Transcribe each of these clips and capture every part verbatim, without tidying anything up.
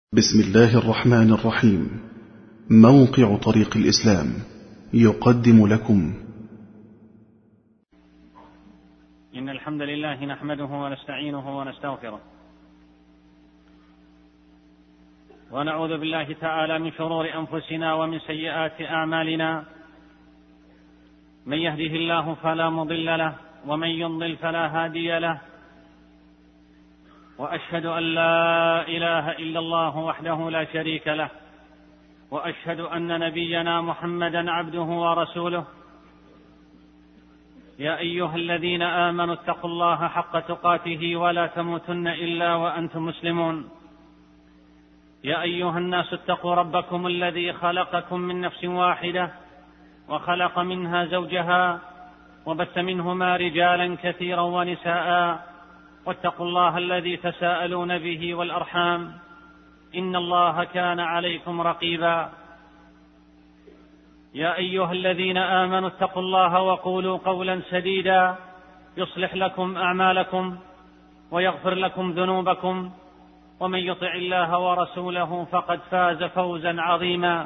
بسم الله الرحمن الرحيم. موقع طريق الإسلام يقدم لكم إن الحمد لله نحمده ونستعينه ونستغفره ونعوذ بالله تعالى من شرور أنفسنا ومن سيئات أعمالنا. من يهده الله فلا مضل له ومن يضلل فلا هادي له، وأشهد أن لا إله إلا الله وحده لا شريك له، وأشهد أن نبينا محمدا عبده ورسوله. يا أيها الذين آمنوا اتقوا الله حق تقاته ولا تموتن إلا وأنتم مسلمون. يا أيها الناس اتقوا ربكم الذي خلقكم من نفس واحدة وخلق منها زوجها وبث منهما رجالا كثيرا ونساء، واتقوا الله الذي تساءلون به والأرحام إن الله كان عليكم رقيبا. يا أيها الذين آمنوا اتقوا الله وقولوا قولا سديدا يصلح لكم أعمالكم ويغفر لكم ذنوبكم، ومن يطع الله ورسوله فقد فاز فوزا عظيما.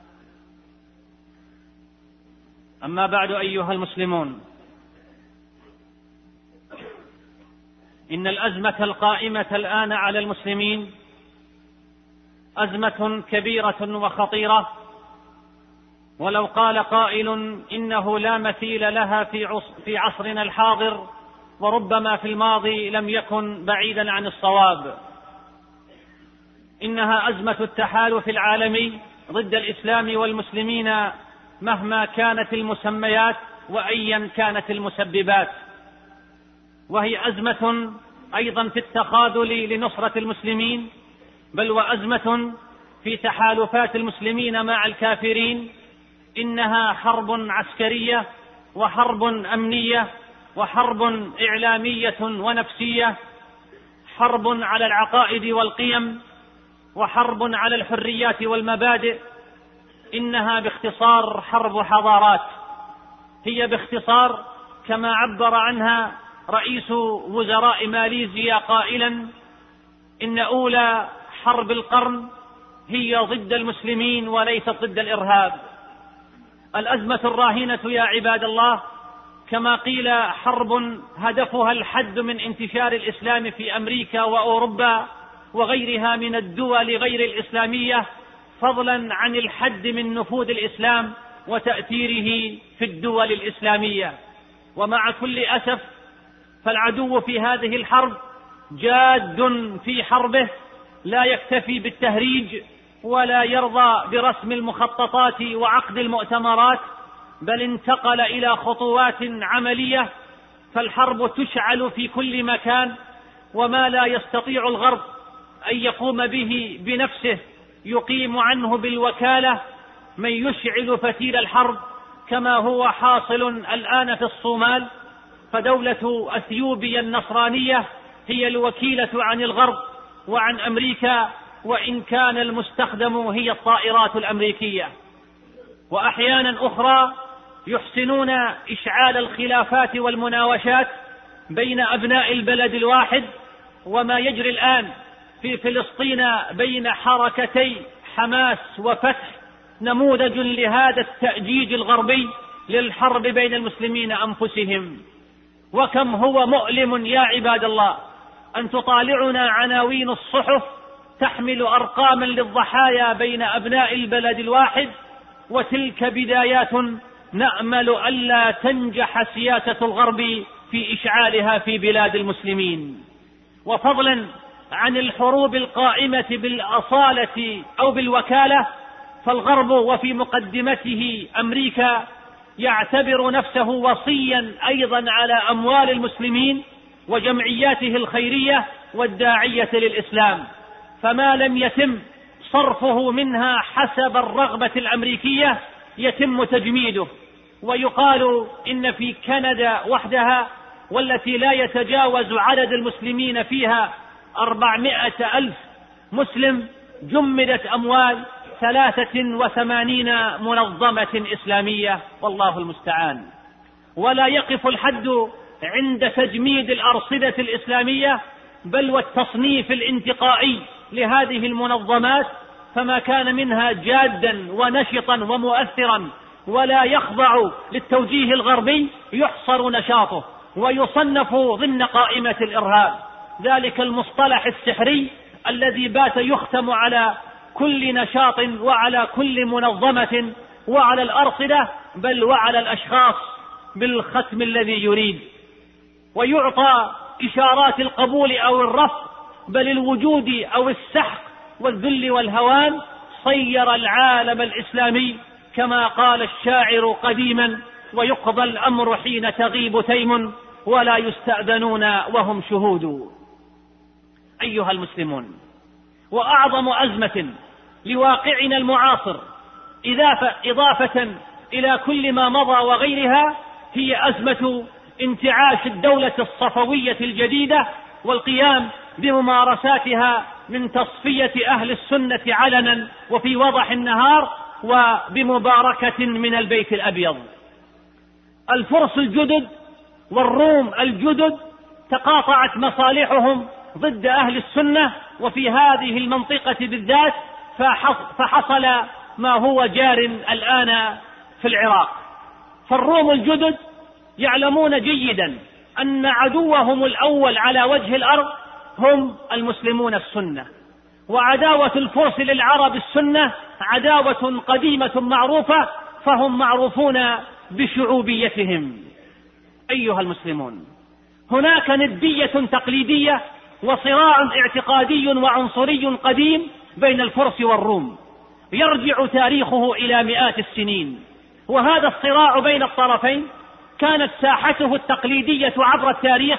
أما بعد أيها المسلمون، إن الأزمة القائمة الآن على المسلمين أزمة كبيرة وخطيرة، ولو قال قائل إنه لا مثيل لها في عصرنا الحاضر وربما في الماضي لم يكن بعيدا عن الصواب. إنها أزمة التحالف العالمي ضد الإسلام والمسلمين مهما كانت المسميات وأيا كانت المسببات، وهي أزمة أيضا في التخاذل لنصرة المسلمين، بل وأزمة في تحالفات المسلمين مع الكافرين. إنها حرب عسكرية وحرب أمنية وحرب إعلامية ونفسية، حرب على العقائد والقيم وحرب على الحريات والمبادئ. إنها باختصار حرب حضارات. هي باختصار كما عبر عنها رئيس وزراء ماليزيا قائلا: إن أولى حرب القرن هي ضد المسلمين وليست ضد الإرهاب. الأزمة الراهنة يا عباد الله كما قيل حرب هدفها الحد من انتشار الإسلام في أمريكا وأوروبا وغيرها من الدول غير الإسلامية، فضلا عن الحد من نفوذ الإسلام وتأثيره في الدول الإسلامية. ومع كل أسف فالعدو في هذه الحرب جاد في حربه، لا يكتفي بالتهريج ولا يرضى برسم المخططات وعقد المؤتمرات، بل انتقل إلى خطوات عملية. فالحرب تشعل في كل مكان، وما لا يستطيع الغرب أن يقوم به بنفسه يقيم عنه بالوكالة من يشعل فتيل الحرب، كما هو حاصل الآن في الصومال. فدولة أثيوبيا النصرانية هي الوكيلة عن الغرب وعن أمريكا، وإن كان المستخدم هي الطائرات الأمريكية. وأحيانا أخرى يحسنون إشعال الخلافات والمناوشات بين أبناء البلد الواحد. وما يجري الآن في فلسطين بين حركتي حماس وفتح نموذج لهذا التأجيج الغربي للحرب بين المسلمين أنفسهم. وكم هو مؤلم يا عباد الله أن تطالعنا عناوين الصحف تحمل أرقاما للضحايا بين أبناء البلد الواحد، وتلك بدايات نأمل ألا تنجح سياسة الغرب في إشعالها في بلاد المسلمين. وفضلا عن الحروب القائمة بالأصالة أو بالوكالة، فالغرب وفي مقدمته أمريكا يعتبر نفسه وصيا أيضا على أموال المسلمين وجمعياته الخيرية والداعية للإسلام، فما لم يتم صرفه منها حسب الرغبة الأمريكية يتم تجميده. ويقال إن في كندا وحدها، والتي لا يتجاوز عدد المسلمين فيها أربعمائة ألف مسلم، جمدت أموال ثلاثة وثمانين منظمة إسلامية، والله المستعان. ولا يقف الحد عند تجميد الأرصدة الإسلامية، بل والتصنيف الانتقائي لهذه المنظمات فما كان منها جادا ونشطا ومؤثرا ولا يخضع للتوجيه الغربي يحصر نشاطه ويصنف ضمن قائمة الإرهاب. ذلك المصطلح السحري الذي بات يختم على كل نشاط وعلى كل منظمة وعلى الأرصدة بل وعلى الأشخاص بالختم الذي يريد، ويعطى إشارات القبول أو الرفض بل الوجود أو السحق والذل والهوان. صير العالم الإسلامي كما قال الشاعر قديما: ويقضى الأمر حين تغيب تيم ولا يستأذنون وهم شهود. أيها المسلمون، وأعظم أزمة لواقعنا المعاصر إضافة إلى كل ما مضى وغيرها هي أزمة انتعاش الدولة الصفوية الجديدة والقيام بممارساتها من تصفية أهل السنة علنا وفي وضح النهار وبمباركة من البيت الأبيض. الفرس الجدد والروم الجدد تقاطعت مصالحهم ضد أهل السنة وفي هذه المنطقة بالذات، فحصل ما هو جار الآن في العراق. فالروم الجدد يعلمون جيدا أن عدوهم الأول على وجه الأرض هم المسلمون السنة، وعداوة الفرس للعرب السنة عداوة قديمة معروفة، فهم معروفون بشعوبيتهم. أيها المسلمون، هناك ندية تقليدية وصراع اعتقادي وعنصري قديم بين الفرس والروم يرجع تاريخه إلى مئات السنين، وهذا الصراع بين الطرفين كانت ساحته التقليدية عبر التاريخ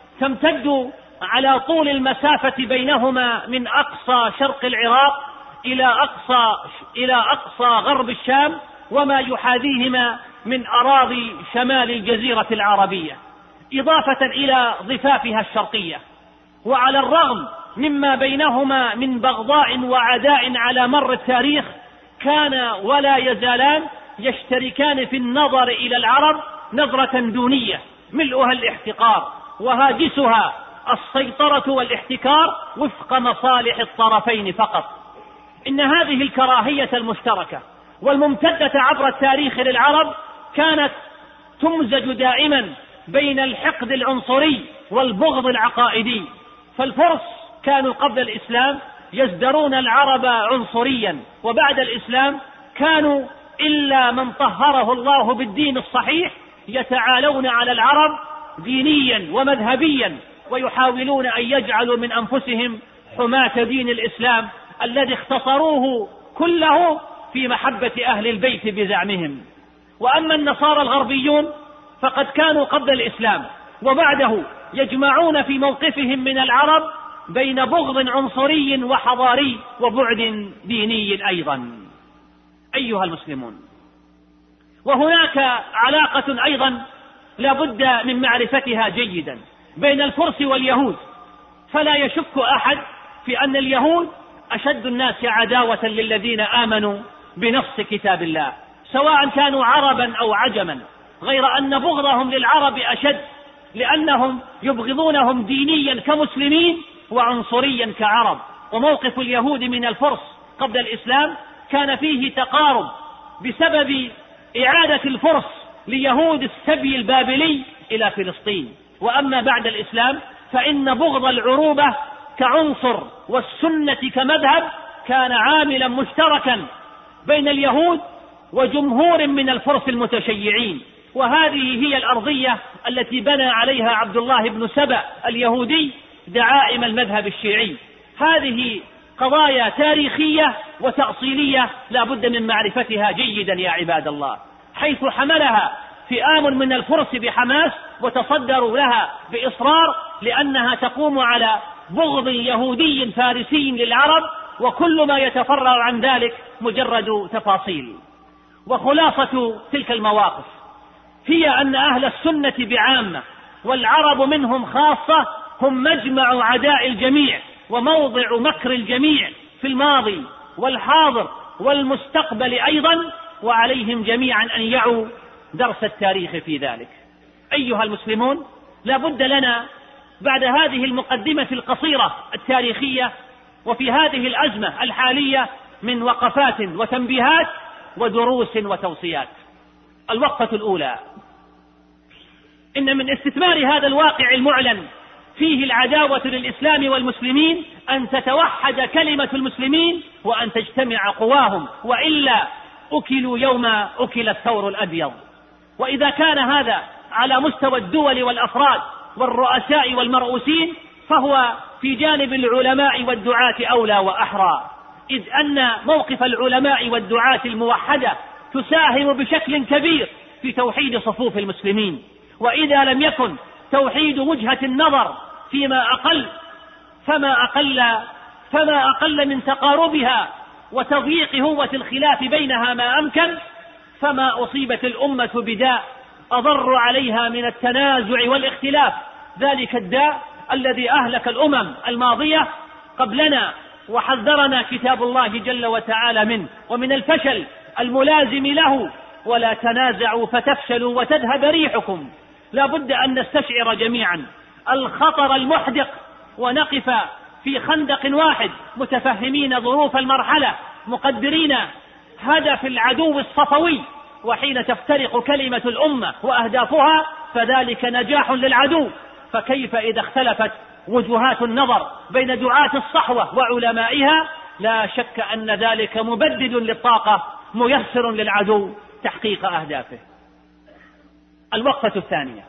تمتد على طول المسافة بينهما من أقصى شرق العراق إلى أقصى, إلى أقصى غرب الشام وما يحاذيهما من أراضي شمال الجزيرة العربية، إضافة إلى ضفافها الشرقية. وعلى الرغم مما بينهما من بغضاء وعداء على مر التاريخ، كان ولا يزالان يشتركان في النظر إلى العرب نظرة دونية ملؤها الاحتقار وهاجسها السيطرة والاحتكار وفق مصالح الطرفين فقط. إن هذه الكراهية المشتركة والممتدة عبر التاريخ للعرب كانت تمزج دائما بين الحقد العنصري والبغض العقائدي. فالفرس كانوا قبل الإسلام يزدرون العرب عنصريا، وبعد الإسلام كانوا إلا من طهره الله بالدين الصحيح يتعالون على العرب دينيا ومذهبيا، ويحاولون أن يجعلوا من أنفسهم حماة دين الإسلام الذي اختصروه كله في محبة أهل البيت بزعمهم. وأما النصارى الغربيون فقد كانوا قبل الإسلام وبعده يجمعون في موقفهم من العرب بين بغض عنصري وحضاري وبعد ديني أيضا. أيها المسلمون، وهناك علاقة أيضا لا بد من معرفتها جيدا بين الفرس واليهود. فلا يشك أحد في أن اليهود أشد الناس عداوة للذين آمنوا بنص كتاب الله، سواء كانوا عربا أو عجما، غير أن بغضهم للعرب أشد لأنهم يبغضونهم دينيا كمسلمين وعنصريا كعرب. وموقف اليهود من الفرس قبل الإسلام كان فيه تقارب بسبب إعادة الفرس ليهود السبي البابلي إلى فلسطين. وأما بعد الإسلام فإن بغض العروبة كعنصر والسنة كمذهب كان عاملا مشتركا بين اليهود وجمهور من الفرس المتشيعين. وهذه هي الأرضية التي بنى عليها عبد الله بن سبأ اليهودي دعائم المذهب الشيعي. هذه قضايا تاريخية وتأصيلية لا بد من معرفتها جيدا يا عباد الله، حيث حملها فئام من الفرس بحماس وتصدروا لها بإصرار لأنها تقوم على بغض يهودي فارسي للعرب، وكل ما يتفرع عن ذلك مجرد تفاصيل. وخلاصة تلك المواقف هي أن أهل السنة بعامة والعرب منهم خاصة هم مجمع عداء الجميع وموضع مكر الجميع في الماضي والحاضر والمستقبل أيضا، وعليهم جميعا أن يعوا درس التاريخ في ذلك. أيها المسلمون، لا بد لنا بعد هذه المقدمة القصيرة التاريخية وفي هذه الأزمة الحالية من وقفات وتنبيهات ودروس وتوصيات. الوقفة الأولى: إن من استثمار هذا الواقع المعلن فيه العداوة للإسلام والمسلمين أن تتوحد كلمة المسلمين وأن تجتمع قواهم، وإلا أكلوا يوم أكل الثور الأبيض. وإذا كان هذا على مستوى الدول والأفراد والرؤساء والمرؤوسين، فهو في جانب العلماء والدعاة أولى وأحرى، إذ أن موقف العلماء والدعاة الموحدة تساهم بشكل كبير في توحيد صفوف المسلمين. وإذا لم يكن توحيد وجهة النظر فيما أقل فما أقل فما أقل من تقاربها وتضييق هوة الخلاف بينها ما أمكن، فما أصيبت الأمة بداء أضر عليها من التنازع والاختلاف، ذلك الداء الذي أهلك الأمم الماضية قبلنا وحذرنا كتاب الله جل وتعالى منه ومن الفشل الملازم له. ولا تنازعوا فتفشلوا وتذهب ريحكم. لا بد أن نستشعر جميعا الخطر المحدق ونقف في خندق واحد متفهمين ظروف المرحلة، مقدرين هدف العدو الصفوي. وحين تفترق كلمة الأمة وأهدافها فذلك نجاح للعدو، فكيف إذا اختلفت وجهات النظر بين دعاة الصحوة وعلمائها؟ لا شك أن ذلك مبدد للطاقة ميسر للعدو تحقيق أهدافه. الوقفة الثانية: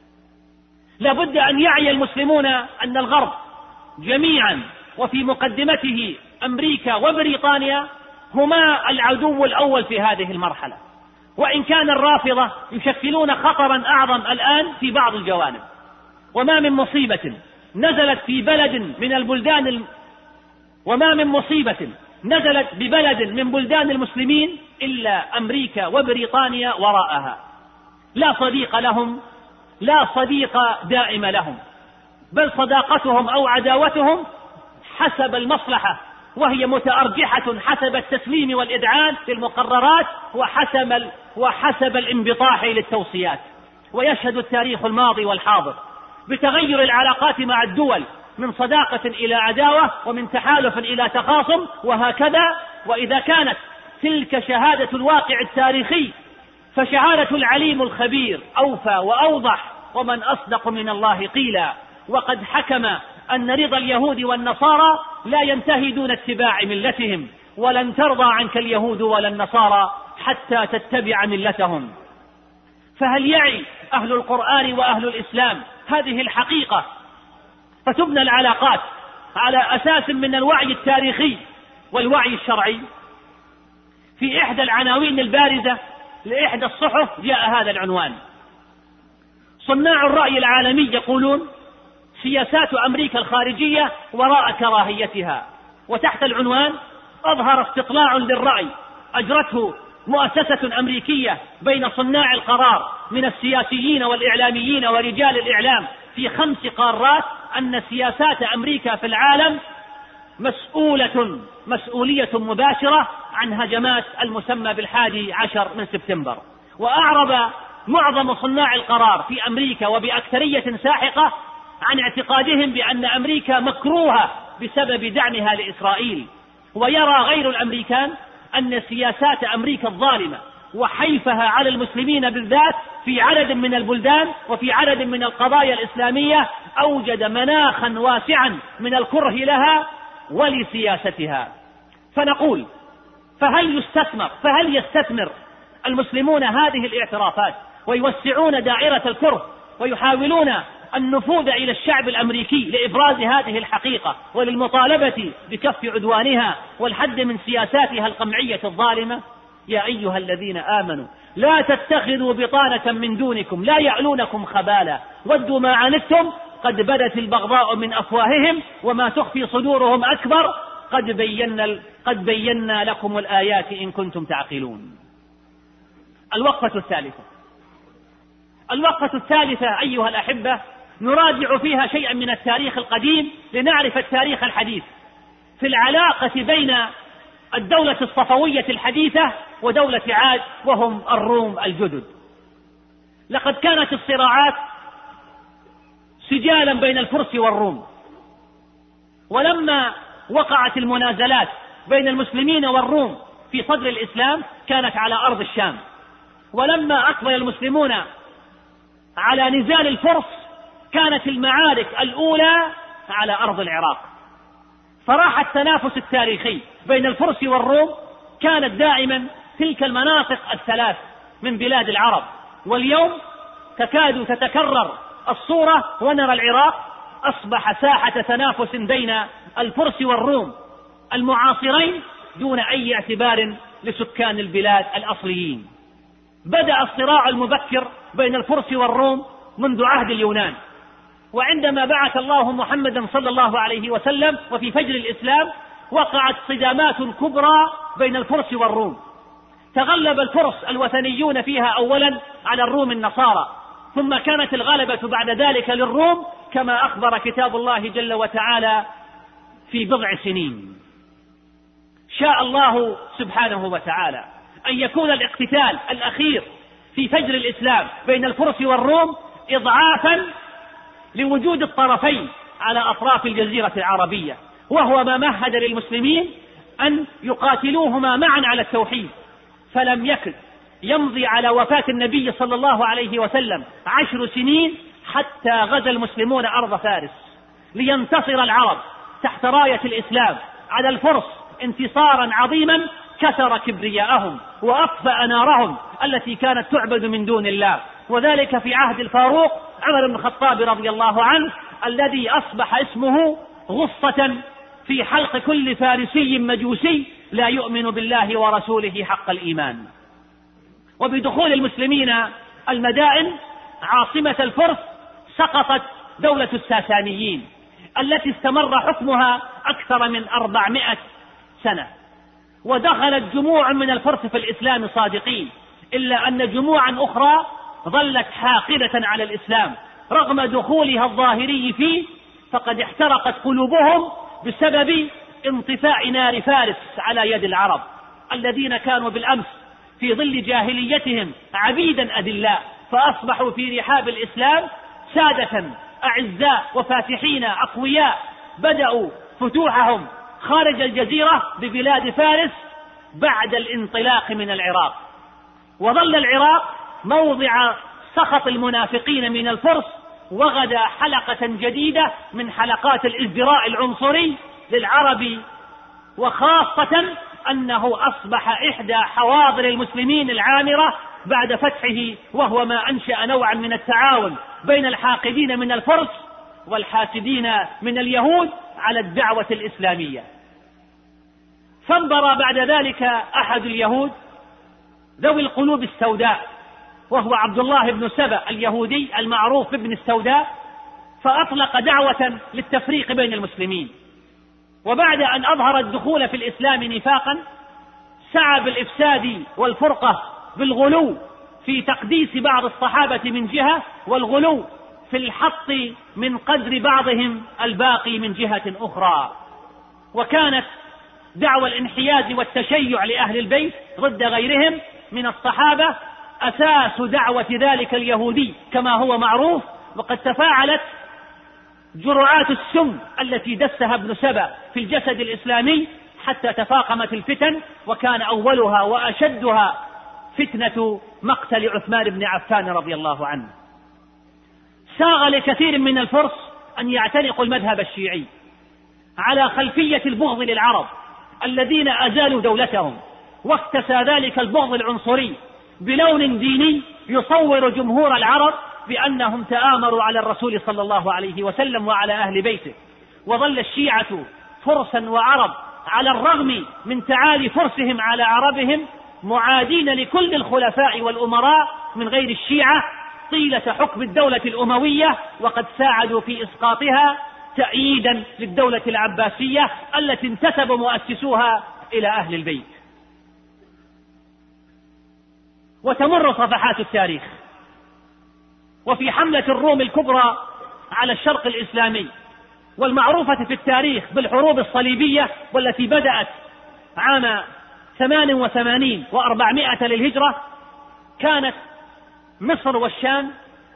لا بد أن يعي المسلمون أن الغرب جميعا وفي مقدمته أمريكا وبريطانيا هما العدو الأول في هذه المرحلة، وإن كان الرافضة يشكلون خطرا أعظم الآن في بعض الجوانب. وما من مصيبة نزلت في بلد من البلدان الم... وما من مصيبة نزلت ببلد من بلدان المسلمين إلا أمريكا وبريطانيا وراءها. لا صديق لهم، لا صديق دائم لهم، بل صداقتهم أو عداوتهم حسب المصلحة، وهي متأرجحة حسب التسليم والإذعان للمقررات وحسب, وحسب الانبطاح للتوصيات. ويشهد التاريخ الماضي والحاضر بتغير العلاقات مع الدول من صداقة إلى عداوة ومن تحالف إلى تخاصم وهكذا. وإذا كانت تلك شهادة الواقع التاريخي، فشهادة العليم الخبير أوفى وأوضح، ومن أصدق من الله قيلا. وقد حكم أن رضا اليهود والنصارى لا ينتهي دون اتباع ملتهم، ولن ترضى عنك اليهود ولا النصارى حتى تتبع ملتهم. فهل يعي أهل القرآن وأهل الإسلام هذه الحقيقة؟ فتبنى العلاقات على أساس من الوعي التاريخي والوعي الشرعي. في إحدى العناوين البارزة لإحدى الصحف جاء هذا العنوان: صناع الرأي العالمي يقولون سياسات أمريكا الخارجية وراء كراهيتها. وتحت العنوان أظهر استطلاع للرأي أجرته مؤسسة أمريكية بين صناع القرار من السياسيين والإعلاميين ورجال الإعلام في خمس قارات أن سياسات أمريكا في العالم مسؤولة مسؤولية مباشرة عن هجمات المسمى بالحادي عشر من سبتمبر. وأعرب معظم صناع القرار في أمريكا وبأكثرية ساحقة عن اعتقادهم بأن أمريكا مكروهة بسبب دعمها لإسرائيل. ويرى غير الأمريكان أن سياسات أمريكا الظالمة وحيفها على المسلمين بالذات في عدد من البلدان وفي عدد من القضايا الإسلامية أوجد مناخا واسعا من الكره لها ولسياستها. فنقول: فهل يستثمر فهل يستثمر المسلمون هذه الاعترافات ويوسعون دائرة الكره ويحاولون النفوذ إلى الشعب الأمريكي لإبراز هذه الحقيقة وللمطالبة بكف عدوانها والحد من سياساتها القمعية الظالمة؟ يا أيها الذين آمنوا لا تتخذوا بطانة من دونكم لا يعلونكم خبالا ودوا ما عنتم قد بدت البغضاء من أفواههم وما تخفي صدورهم أكبر قد بينا, قد بينا لكم الآيات إن كنتم تعقلون. الوقفة الثالثة الوقفة الثالثة أيها الأحبة نراجع فيها شيئا من التاريخ القديم لنعرف التاريخ الحديث في العلاقة بين الدولة الصفوية الحديثة ودولة عاد وهم الروم الجدد. لقد كانت الصراعات سجالا بين الفرس والروم، ولما وقعت المنازلات بين المسلمين والروم في صدر الإسلام كانت على أرض الشام، ولما أقبل المسلمون على نزال الفرس كانت المعارك الأولى على أرض العراق. فراح التنافس التاريخي بين الفرس والروم كانت دائما تلك المناطق الثلاث من بلاد العرب، واليوم تكاد تتكرر الصورة ونرى العراق أصبح ساحة تنافس بين الفرس والروم المعاصرين دون أي اعتبار لسكان البلاد الأصليين. بدأ الصراع المبكر بين الفرس والروم منذ عهد اليونان، وعندما بعث الله محمدا صلى الله عليه وسلم وفي فجر الإسلام وقعت صدامات كبرى بين الفرس والروم. تغلب الفرس الوثنيون فيها أولا على الروم النصارى، ثم كانت الغلبة بعد ذلك للروم كما أخبر كتاب الله جل وتعالى في بضع سنين. شاء الله سبحانه وتعالى أن يكون الاقتتال الأخير في فجر الإسلام بين الفرس والروم إضعافا لوجود الطرفين على أطراف الجزيرة العربية، وهو ما مهد للمسلمين أن يقاتلوهما معا على التوحيد. فلم يكن يمضي على وفاة النبي صلى الله عليه وسلم عشر سنين حتى غزا المسلمون أرض فارس لينتصر العرب تحت راية الإسلام على الفرس انتصارا عظيما كسر كبرياءهم وأطفأ نارهم التي كانت تعبد من دون الله، وذلك في عهد الفاروق عمر بن الخطاب رضي الله عنه الذي أصبح اسمه غصة في حلق كل فارسي مجوسي لا يؤمن بالله ورسوله حق الإيمان. وبدخول المسلمين المدائن عاصمة الفرس سقطت دولة الساسانيين التي استمر حكمها أكثر من أربعمائة سنة، ودخلت جموع من الفرس في الإسلام صادقين، إلا أن جموعا أخرى ظلت حاقدة على الإسلام رغم دخولها الظاهري فيه، فقد احترقت قلوبهم بسبب انطفاء نار فارس على يد العرب الذين كانوا بالأمس في ظل جاهليتهم عبيدا أذلاء، فأصبحوا في رحاب الإسلام سادة أعزاء وفاتحين أقوياء. بدأوا فتوحهم خارج الجزيرة ببلاد فارس بعد الانطلاق من العراق، وظل العراق موضع سخط المنافقين من الفرس، وغدا حلقة جديدة من حلقات الازدراء العنصري للعرب، وخاصة أنه أصبح إحدى حواضر المسلمين العامرة بعد فتحه، وهو ما أنشأ نوعا من التعاون بين الحاقدين من الفرس والحاسدين من اليهود على الدعوة الإسلامية. فانبرى بعد ذلك أحد اليهود ذوي القلوب السوداء، وهو عبد الله بن سبأ اليهودي المعروف بابن السوداء، فأطلق دعوة للتفريق بين المسلمين، وبعد أن أظهر الدخول في الإسلام نفاقا سعى بالإفساد والفرقة بالغلو في تقديس بعض الصحابة من جهة، والغلو في الحط من قدر بعضهم الباقي من جهة أخرى. وكانت دعوى الانحياز والتشيع لأهل البيت ضد غيرهم من الصحابة أساس دعوة ذلك اليهودي كما هو معروف، وقد تفاعلت جرعات السم التي دسها ابن سبأ في الجسد الإسلامي حتى تفاقمت الفتن، وكان أولها وأشدها فتنة مقتل عثمان بن عفان رضي الله عنه. ساغ لكثير من الفرس أن يعتنقوا المذهب الشيعي على خلفية البغض للعرب الذين أزالوا دولتهم، واكتسى ذلك البغض العنصري بلون ديني يصور جمهور العرب بأنهم تآمروا على الرسول صلى الله عليه وسلم وعلى أهل بيته. وظل الشيعة فرسا وعرب على الرغم من تعالي فرسهم على عربهم معادين لكل الخلفاء والأمراء من غير الشيعة طيلة حكم الدولة الأموية، وقد ساعدوا في إسقاطها تأييدا للدولة العباسية التي انتسب مؤسسوها إلى أهل البيت. وتمر صفحات التاريخ، وفي حملة الروم الكبرى على الشرق الإسلامي والمعروفة في التاريخ بالحروب الصليبية، والتي بدأت عام ثمان وثمانين وأربعمائة للهجرة، كانت مصر والشام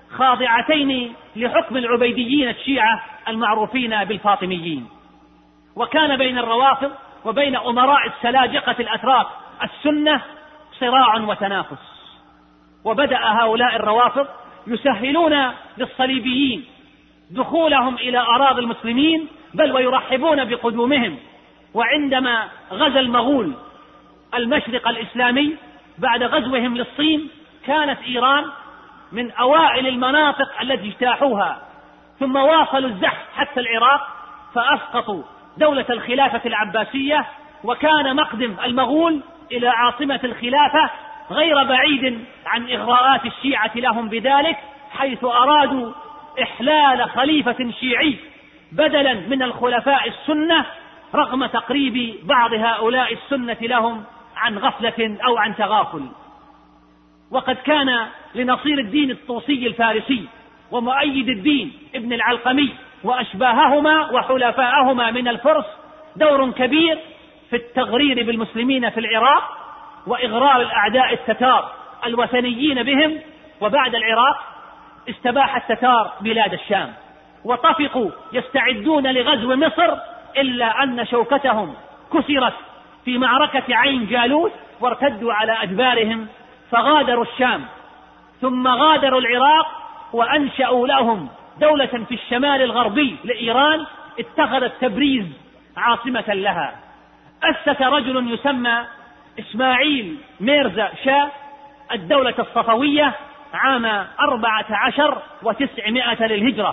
خاضعتين لحكم العبيديين الشيعة المعروفين بالفاطميين. وكان بين الروافض وبين أمراء السلاجقة الأتراك السنة صراع وتنافس. وبدأ هؤلاء الروافض يسهلون للصليبيين دخولهم إلى أراضي المسلمين، بل ويرحبون بقدومهم. وعندما غزا المغول المشرق الإسلامي بعد غزوهم للصين، كانت إيران من أوائل المناطق التي اجتاحوها، ثم واصلوا الزحف حتى العراق فأسقطوا دولة الخلافة العباسية. وكان مقدم المغول إلى عاصمة الخلافة غير بعيد عن إغراءات الشيعة لهم بذلك، حيث أرادوا إحلال خليفة شيعي بدلا من الخلفاء السنة، رغم تقريب بعض هؤلاء السنة لهم عن غفلة أو عن تغافل. وقد كان لنصير الدين الطوسي الفارسي ومؤيد الدين ابن العلقمي وأشباههما وحلفاءهما من الفرس دور كبير في التغرير بالمسلمين في العراق وإغراء الأعداء التتار الوثنيين بهم. وبعد العراق استباح التتار بلاد الشام وطفقوا يستعدون لغزو مصر، إلا أن شوكتهم كسرت في معركة عين جالوت وارتدوا على أدبارهم فغادروا الشام، ثم غادروا العراق وأنشأوا لهم دولة في الشمال الغربي لإيران اتخذت تبريز عاصمة لها. أسس رجل يسمى إسماعيل ميرزا شاه الدولة الصفوية عام أربعة عشر وتسعمائة للهجرة،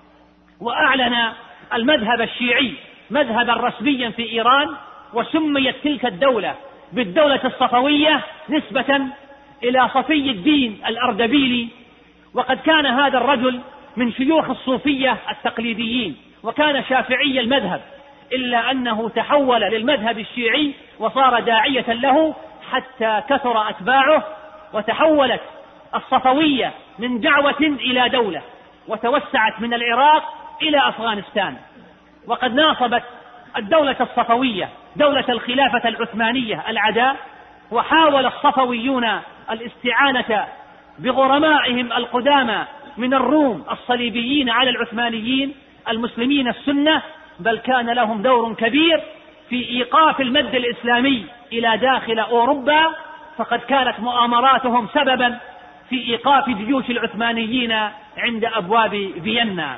وأعلن المذهب الشيعي مذهبا رسميا في إيران، وسميت تلك الدولة بالدولة الصفوية نسبة إلى صفي الدين الأردبيلي. وقد كان هذا الرجل من شيوخ الصوفية التقليديين، وكان شافعي المذهب، إلا أنه تحول للمذهب الشيعي وصار داعية له حتى كثر أتباعه، وتحولت الصفوية من دعوة إلى دولة، وتوسعت من العراق إلى أفغانستان. وقد ناصبت الدولة الصفوية دولة الخلافة العثمانية العداء، وحاول الصفويون الاستعانة بغرمائهم القدامى من الروم الصليبيين على العثمانيين المسلمين السنة، بل كان لهم دور كبير في إيقاف المد الإسلامي إلى داخل أوروبا، فقد كانت مؤامراتهم سببا في إيقاف جيوش العثمانيين عند أبواب فيينا.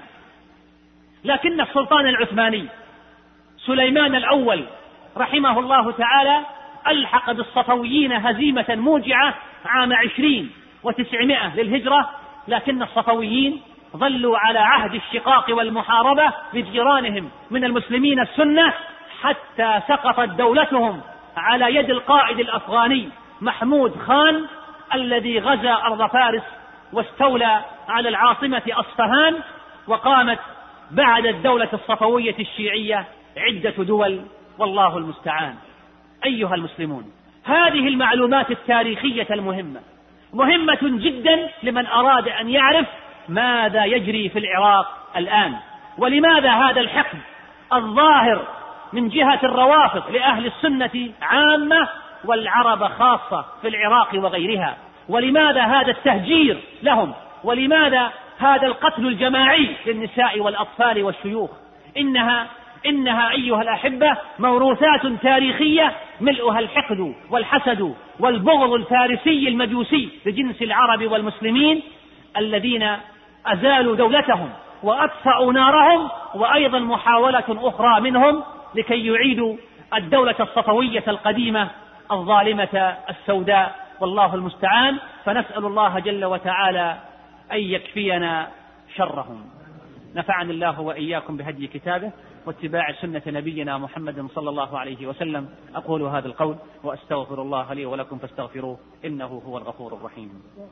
لكن السلطان العثماني سليمان الأول رحمه الله تعالى ألحق بالصفويين هزيمة موجعة عام عشرين وتسعمائة للهجرة، لكن الصفويين ظلوا على عهد الشقاق والمحاربة لجيرانهم من المسلمين السنة، حتى سقطت دولتهم على يد القائد الأفغاني محمود خان الذي غزا أرض فارس واستولى على العاصمة أصفهان. وقامت بعد الدولة الصفوية الشيعية عدة دول، والله المستعان. أيها المسلمون، هذه المعلومات التاريخية المهمة مهمة جدا لمن أراد أن يعرف ماذا يجري في العراق الآن، ولماذا هذا الحقد الظاهر من جهة الروافض لأهل السنة عامة والعرب خاصة في العراق وغيرها، ولماذا هذا التهجير لهم، ولماذا هذا القتل الجماعي للنساء والأطفال والشيوخ. إنها إنها أيها الأحبة موروثات تاريخية ملؤها الحقد والحسد والبغض الفارسي المجوسي لجنس العرب والمسلمين الذين أزالوا دولتهم وأطفأوا نارهم، وأيضا محاولة أخرى منهم لكي يعيدوا الدولة الصفوية القديمة الظالمة السوداء، والله المستعان. فنسأل الله جل وتعالى أن يكفينا شرهم. نفعني الله وإياكم بهدي كتابه واتباع سنة نبينا محمد صلى الله عليه وسلم. أقول هذا القول وأستغفر الله لي ولكم فاستغفروه إنه هو الغفور الرحيم.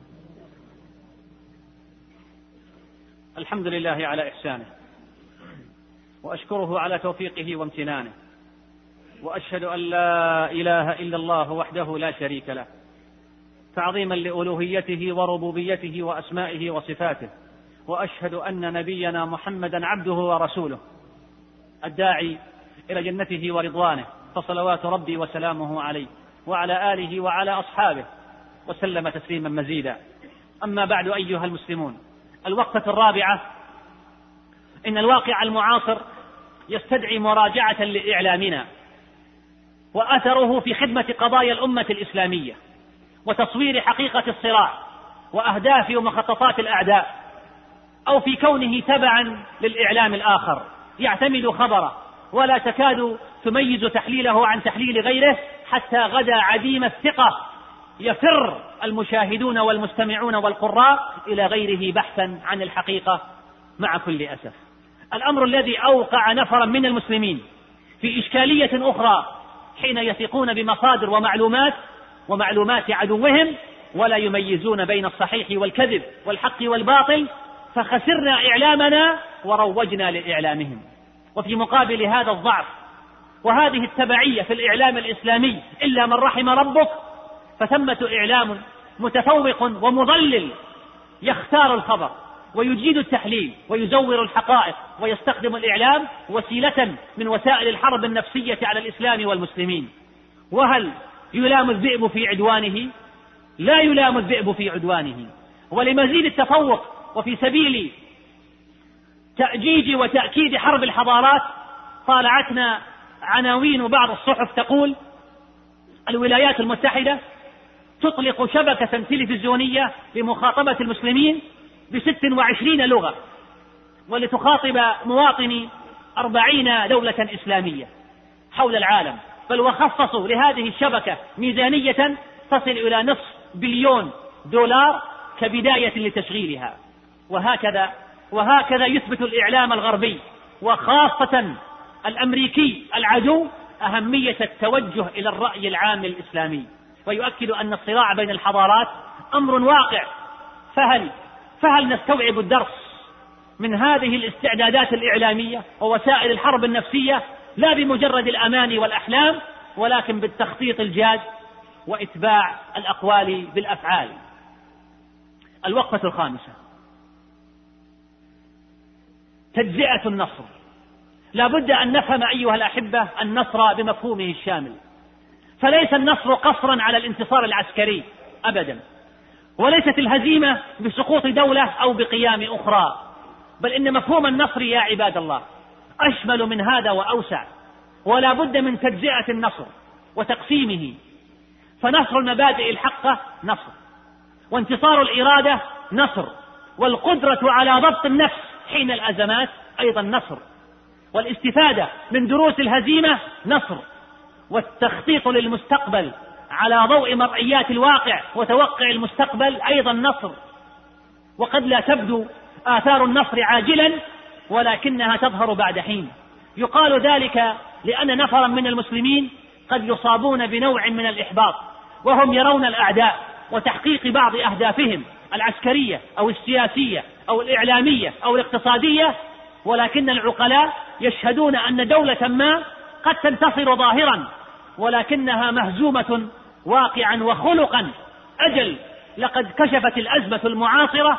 الحمد لله على إحسانه، وأشكره على توفيقه وامتنانه، وأشهد أن لا إله إلا الله وحده لا شريك له، تعظيما لألوهيته وربوبيته وأسمائه وصفاته. وأشهد أن نبينا محمدا عبده ورسوله الداعي إلى جنته ورضوانه، فصلوات ربي وسلامه عليه وعلى آله وعلى أصحابه وسلم تسليما مزيدا. أما بعد أيها المسلمون، الوقفة الرابعة، إن الواقع المعاصر يستدعي مراجعة لإعلامنا وأثره في خدمة قضايا الأمة الإسلامية وتصوير حقيقة الصراع وأهداف ومخططات الأعداء، أو في كونه تبعا للإعلام الآخر يعتمد خبره ولا تكاد تميز تحليله عن تحليل غيره، حتى غدا عديم الثقة يفر المشاهدون والمستمعون والقراء إلى غيره بحثا عن الحقيقة مع كل أسف. الأمر الذي أوقع نفرا من المسلمين في إشكالية أخرى حين يثقون بمصادر ومعلومات ومعلومات عدوهم ولا يميزون بين الصحيح والكذب والحق والباطل، فخسرنا إعلامنا وروجنا لإعلامهم. وفي مقابل هذا الضعف وهذه التبعية في الإعلام الإسلامي إلا من رحم ربك، فثمة إعلام متفوق ومضلل يختار الخبر ويجيد التحليل ويزور الحقائق ويستخدم الإعلام وسيلة من وسائل الحرب النفسية على الإسلام والمسلمين. وهل يلام الذئب في عدوانه؟ لا يلام الذئب في عدوانه. ولمزيد التفوق وفي سبيل تأجيج وتأكيد حرب الحضارات، طالعتنا عناوين بعض الصحف تقول: الولايات المتحدة تطلق شبكة تلفزيونية لمخاطبة المسلمين بست وعشرين لغة ولتخاطب مواطني أربعين دولة إسلامية حول العالم، بل وخصصوا لهذه الشبكة ميزانية تصل إلى نصف بليون دولار كبداية لتشغيلها. وهكذا وهكذا يثبت الإعلام الغربي وخاصة الأمريكي العدو أهمية التوجه إلى الرأي العام الإسلامي، ويؤكد أن الصراع بين الحضارات أمر واقع. فهل فهل نستوعب الدرس من هذه الاستعدادات الإعلامية ووسائل الحرب النفسية، لا بمجرد الأماني والأحلام، ولكن بالتخطيط الجاد وإتباع الأقوال بالأفعال؟ الوقفة الخامسة: تجزئة النصر. لا بد أن نفهم أيها الأحبة النصر بمفهومه الشامل، فليس النصر قصرا على الانتصار العسكري أبدا، وليست الهزيمة بسقوط دولة أو بقيام أخرى، بل إن مفهوم النصر يا عباد الله أشمل من هذا وأوسع، ولا بد من تجزئة النصر وتقسيمه. فنصر المبادئ الحقة نصر، وانتصار الإرادة نصر، والقدرة على ضبط النفس حين الأزمات أيضا نصر، والاستفادة من دروس الهزيمة نصر، والتخطيط للمستقبل على ضوء مرئيات الواقع وتوقع المستقبل أيضا نصر. وقد لا تبدو آثار النصر عاجلا، ولكنها تظهر بعد حين. يقال ذلك لأن نفرا من المسلمين قد يصابون بنوع من الإحباط وهم يرون الأعداء وتحقيق بعض أهدافهم العسكرية أو السياسية أو الإعلامية أو الاقتصادية، ولكن العقلاء يشهدون أن دولة ما قد تنتصر ظاهرا ولكنها مهزومة واقعا وخلقا. أجل لقد كشفت الأزمة المعاصرة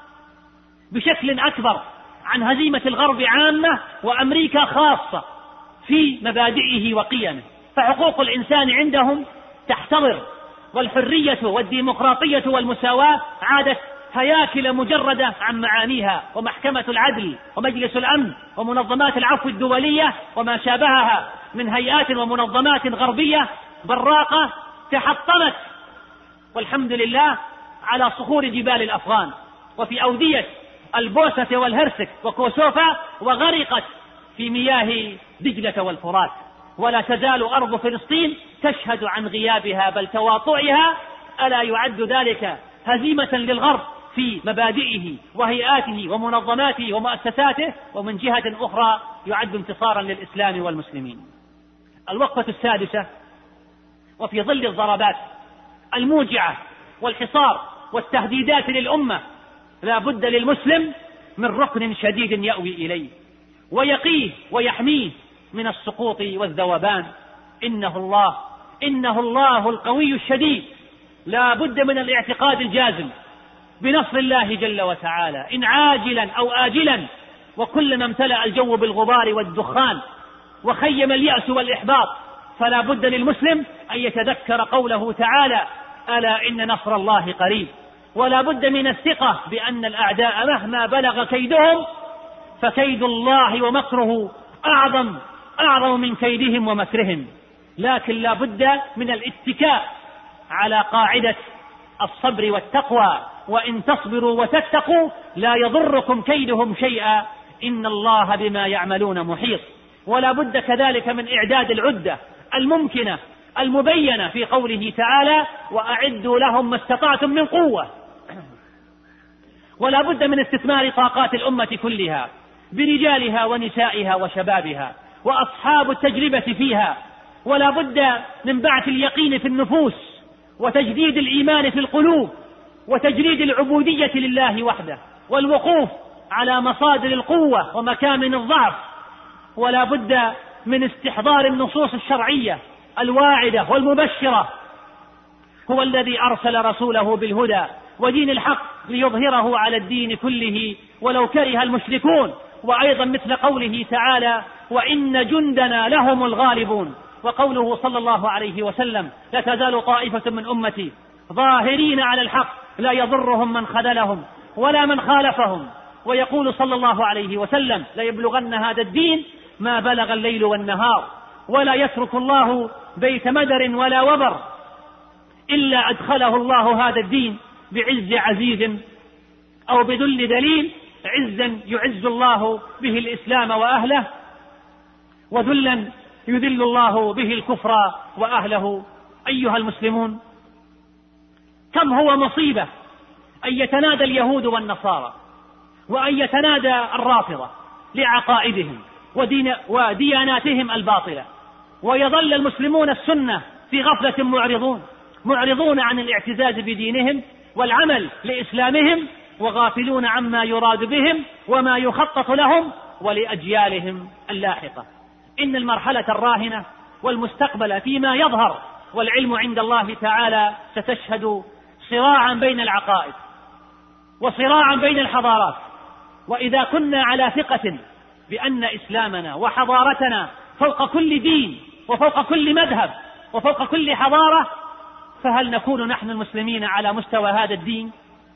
بشكل أكبر عن هزيمة الغرب عامة وأمريكا خاصة في مبادئه وقيمه، فحقوق الإنسان عندهم تحتضر، والحرية والديمقراطية والمساواة عادت هياكل مجردة عن معانيها، ومحكمة العدل ومجلس الأمن ومنظمات العفو الدولية وما شابهها من هيئات ومنظمات غربية براقة تحطمت والحمد لله على صخور جبال الأفغان وفي أودية البوسة والهرسك وكوسوفا، وغرقت في مياه دجلة والفرات. ولا تزال أرض فلسطين تشهد عن غيابها بل تواطؤها. ألا يعد ذلك هزيمة للغرب في مبادئه وهيئاته ومنظماته ومؤسساته، ومن جهة أخرى يعد انتصارا للإسلام والمسلمين؟ الوقفة السادسة: وفي ظل الضربات الموجعة والحصار والتهديدات للأمة، لا بد للمسلم من ركن شديد يأوي إليه ويقيه ويحميه من السقوط والذوبان. إنه الله إنه الله القوي الشديد. لا بد من الاعتقاد الجازم بنصر الله جل وتعالى إن عاجلا أو آجلا. وكلما امتلأ الجو بالغبار والدخان وخيم اليأس والإحباط، فلا بد للمسلم أن يتذكر قوله تعالى: ألا إن نصر الله قريب. ولا بد من الثقة بأن الأعداء مهما بلغ كيدهم فكيد الله ومكره أعظم أعظم من كيدهم ومكرهم، لكن لا بد من الاتكاء على قاعدة الصبر والتقوى، وإن تصبروا وتتقوا لا يضركم كيدهم شيئا إن الله بما يعملون محيط. ولا بد كذلك من إعداد العدة الممكنة المبينة في قوله تعالى وأعدوا لهم ما استطعتم من قوة. ولا بد من استثمار طاقات الأمة كلها برجالها ونسائها وشبابها وأصحاب التجربة فيها. ولا بد من بعث اليقين في النفوس وتجديد الإيمان في القلوب وتجريد العبودية لله وحده والوقوف على مصادر القوة ومكامن الضعف. ولا بد من استحضار النصوص الشرعية الواعدة والمبشرة. هو الذي أرسل رسوله بالهدى ودين الحق ليظهره على الدين كله ولو كره المشركون. وأيضا مثل قوله تعالى وإن جندنا لهم الغالبون، وقوله صلى الله عليه وسلم لا تزال طائفة من أمتي ظاهرين على الحق لا يضرهم من خذلهم ولا من خالفهم. ويقول صلى الله عليه وسلم لا يبلغن هذا الدين ما بلغ الليل والنهار ولا يترك الله بيت مدر ولا وبر إلا أدخله الله هذا الدين بعز عزيز أو بذل دليل، عزا يعز الله به الإسلام وأهله، وذلا يذل الله به الكفر وأهله. أيها المسلمون، كم هو مصيبة أن يتنادى اليهود والنصارى وأن يتنادى الرافضة لعقائدهم ودين ودياناتهم الباطلة، ويظل المسلمون السنة في غفلة معرضون معرضون عن الاعتزاز بدينهم والعمل لإسلامهم، وغافلون عما يراد بهم وما يخطط لهم ولأجيالهم اللاحقة. إن المرحلة الراهنة والمستقبل فيما يظهر والعلم عند الله تعالى ستشهد صراعا بين العقائد وصراعا بين الحضارات. وإذا كنا على ثقة بأن إسلامنا وحضارتنا فوق كل دين وفوق كل مذهب وفوق كل حضارة، فهل نكون نحن المسلمين على مستوى هذا الدين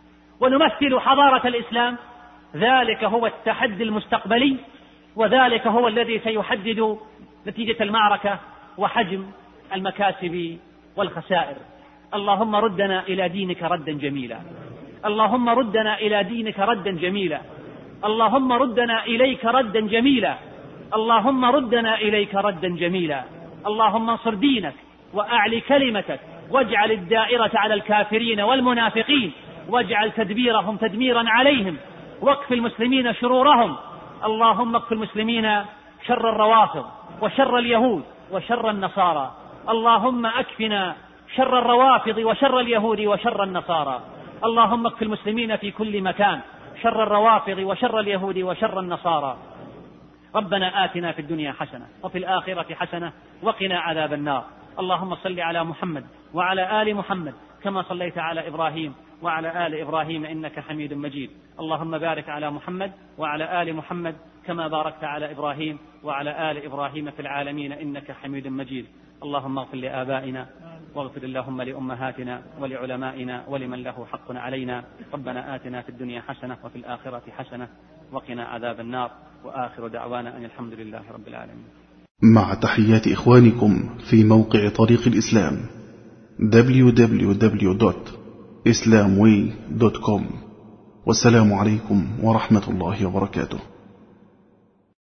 ونمثل حضارة الإسلام؟ ذلك هو التحدي المستقبلي، وذلك هو الذي سيحدد نتيجة المعركة وحجم المكاسب والخسائر. اللهم ردنا إلى دينك ردا جميلا، اللهم ردنا إلى دينك ردا جميلا، اللهم ردنا إليك ردا جميلا، اللهم ردنا إليك ردا جميلا. اللهم انصر دينك وأعلي كلمتك، واجعل الدائرة على الكافرين والمنافقين، واجعل تدبيرهم تدميرا عليهم، واكف المسلمين شرورهم. اللهم اكف المسلمين شر الروافض وشر اليهود وشر النصارى. اللهم اكفنا شر الروافض وشر اليهود وشر النصارى. اللهم اكف المسلمين في كل مكان شر الروافض وشر اليهود وشر النصارى. ربنا آتنا في الدنيا حسنة وفي الآخرة حسنة وقنا عذاب النار. اللهم صل على محمد وعلى آل محمد كما صليت على إبراهيم وعلى آل إبراهيم إنك حميد مجيد. اللهم بارك على محمد وعلى آل محمد كما باركت على إبراهيم وعلى آل إبراهيم في العالمين إنك حميد مجيد. اللهم اغفر لآبائنا واغفر اللهم لأمهاتنا ولعلمائنا ولمن له حق علينا. ربنا آتنا في الدنيا حسنة وفي الآخرة حسنة وقنا عذاب النار. وآخر دعوانا أن الحمد لله رب العالمين. مع تحيات إخوانكم في موقع طريق الإسلام دبليو دبليو دبليو دوت إسلام واي دوت كوم. والسلام عليكم ورحمة الله وبركاته.